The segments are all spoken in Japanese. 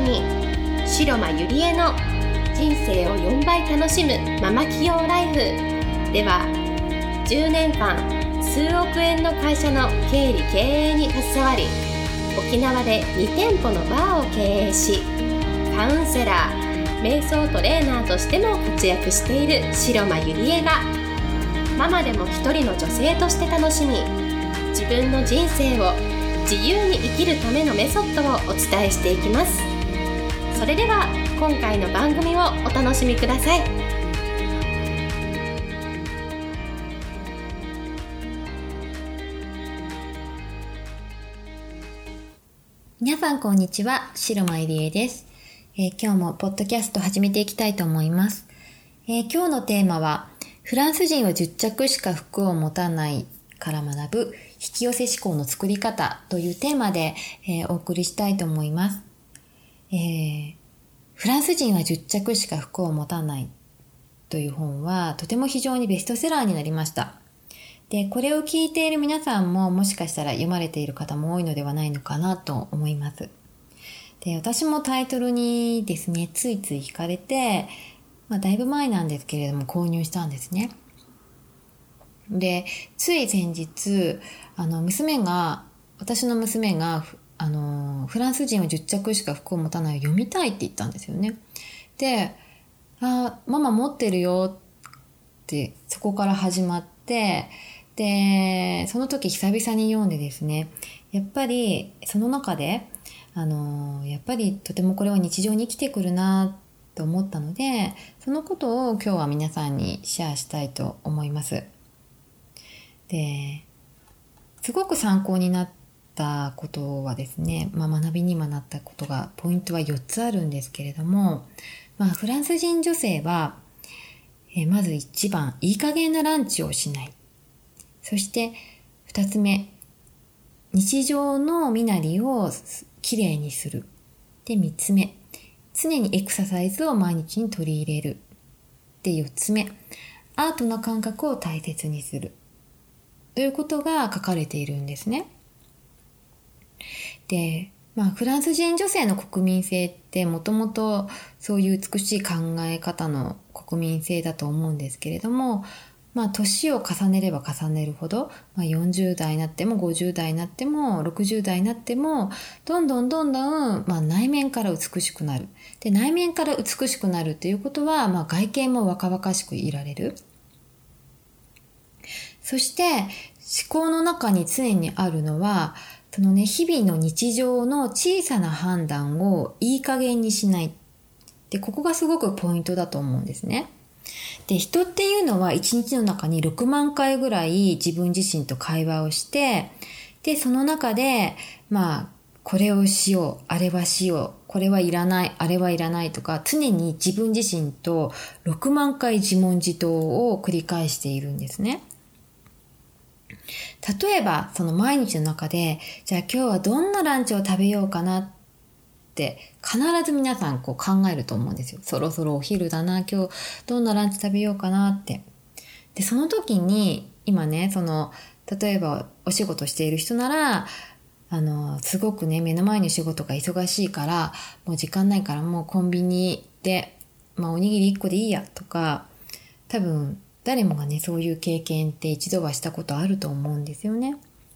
に白間ゆりえの人生を4倍楽しむママ起業ライフでは、10年間数億円の会社の経理経営に携わり、沖縄で2店舗のバーを経営し、カウンセラー、瞑想トレーナーとしても活躍している白間ゆりえが、ママでも一人の女性として楽しみ、自分の人生を自由に生きるためのメソッドをお伝えしていきます。それでは今回の番組をお楽しみください。 皆さんこんにちは、白間ゆりえです。今日もポッドキャスト始めていきたいと思います。今日のテーマは、フランス人は10着しか服を持たないから学ぶ引き寄せ思考の作り方というテーマで、お送りしたいと思います。フランス人は10着しか服を持たないという本はとても非常にベストセラーになりました。で、これを聞いている皆さんももしかしたら読まれている方も多いのではないのかなと思います。で、私もタイトルにですね、ついつい惹かれて、だいぶ前なんですけれども購入したんですね。で、つい先日、私の娘が、フランス人は10着しか服を持たないを読みたいって言ったんですよね。で、ママ持ってるよってそこから始まって、で、その時久々に読んでですね、やっぱりその中で、やっぱりとてもこれは日常に生きてくるなと思ったので、そのことを今日は皆さんにシェアしたいと思います。で、すごく参考になったことはですね、学びにもなったことが、ポイントは4つあるんですけれども、フランス人女性は、まず1番、いい加減なランチをしない。そして2つ目、日常の身なりをきれいにする。で、3つ目、常にエクササイズを毎日に取り入れる。で、4つ目、アートな感覚を大切にする。ということが書かれているんですね。で、フランス人女性の国民性ってもともとそういう美しい考え方の国民性だと思うんですけれども、年を重ねれば重ねるほど、40代になっても50代になっても60代になってもどんどん、内面から美しくなる。で、内面から美しくなるということは、外見も若々しくいられる。そして思考の中に常にあるのは、そのね、日々の日常の小さな判断をいい加減にしない。で、ここがすごくポイントだと思うんですね。で、人っていうのは1日の中に6万回ぐらい自分自身と会話をして、で、その中で、これをしよう、あれはしよう、これはいらない、あれはいらないとか、常に自分自身と6万回自問自答を繰り返しているんですね。例えば、その毎日の中で、じゃあ今日はどんなランチを食べようかなって必ず皆さん考えると思うんですよ。そろそろお昼だな、今日どんなランチ食べようかなって。で、その時に今ね、例えばお仕事している人なら、すごくね、目の前の仕事が忙しいから、もう時間ないからもうコンビニで、おにぎり1個でいいやとか、多分誰もがね、そういう経験って一度はしたことあると思うんですよね。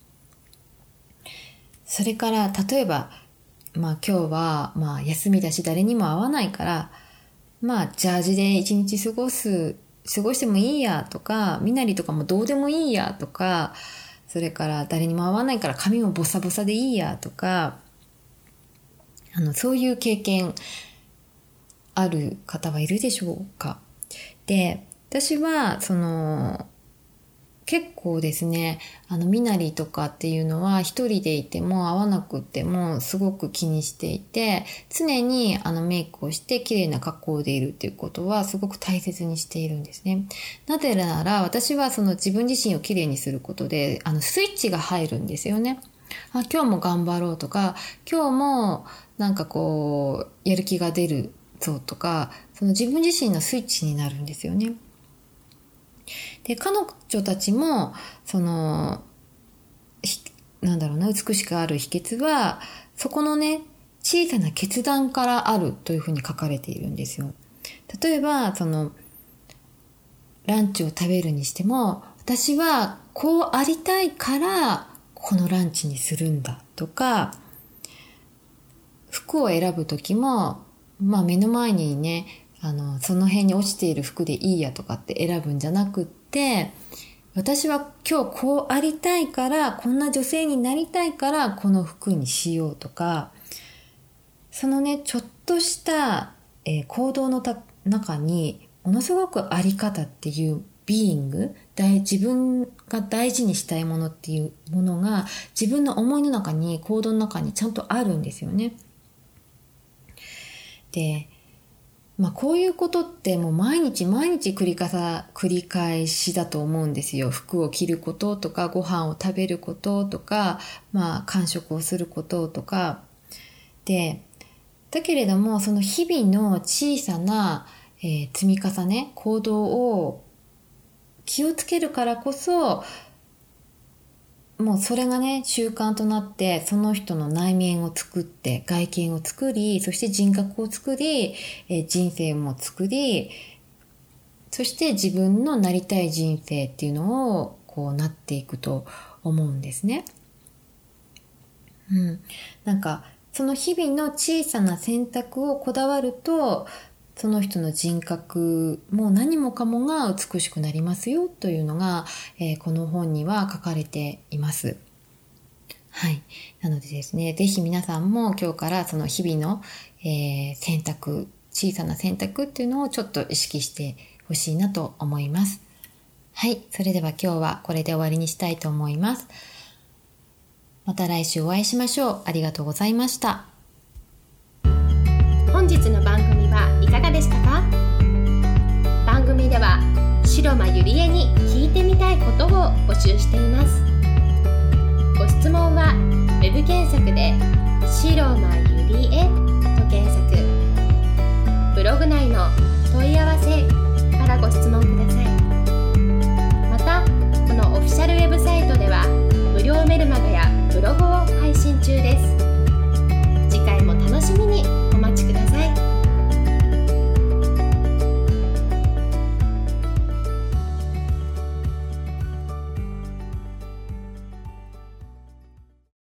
それから例えば、今日は休みだし誰にも会わないから、ジャージで一日過ごしてもいいやとか、身なりとかもどうでもいいやとか、それから誰にも会わないから髪もボサボサでいいやとか、そういう経験ある方はいるでしょうか。で、私は結構ですね、身なりとかっていうのは一人でいても会わなくてもすごく気にしていて、常にメイクをして綺麗な格好でいるっていうことはすごく大切にしているんですね。なぜなら私は自分自身を綺麗にすることでスイッチが入るんですよね。今日も頑張ろうとか、今日もやる気が出るぞとか、自分自身のスイッチになるんですよね。で、彼女たちも美しくある秘訣は、そこのね、 小さな決断からあるというふうに書かれているんですよ。例えばランチを食べるにしても、私はこうありたいからこのランチにするんだとか、服を選ぶときも、目の前にね、その辺に落ちている服でいいやとかって選ぶんじゃなくって、私は今日こうありたいから、こんな女性になりたいからこの服にしようとか、そのね、ちょっとした、行動の中にものすごくあり方っていうビーイング、自分が大事にしたいものっていうものが自分の思いの中に、行動の中にちゃんとあるんですよね。で、こういうことってもう毎日繰り返しだと思うんですよ。服を着ることとか、ご飯を食べることとか、間食をすることとかで、だけれどもその日々の小さな、積み重ね、行動を気をつけるからこそ、もうそれがね、習慣となって、その人の内面を作って、外見を作り、そして人格を作り、人生も作り、そして自分のなりたい人生っていうのをこうなっていくと思うんですね。その日々の小さな選択をこだわると、その人の人格も何もかもが美しくなりますよというのが、この本には書かれています。はい。なのでですね、ぜひ皆さんも今日からその日々の、選択、小さな選択っていうのをちょっと意識してほしいなと思います。はい。それでは今日はこれで終わりにしたいと思います。また来週お会いしましょう。ありがとうございました。 本日の番組はいかがでしたか？番組では白間ゆりえに聞いてみたいことを募集しています。ご質問はウェブ検索で白間ゆりえと検索、ブログ内の問い合わせからご質問ください。またこのオフィシャルウェブサイトでは無料メルマガやブログを配信中です。次回も楽しみ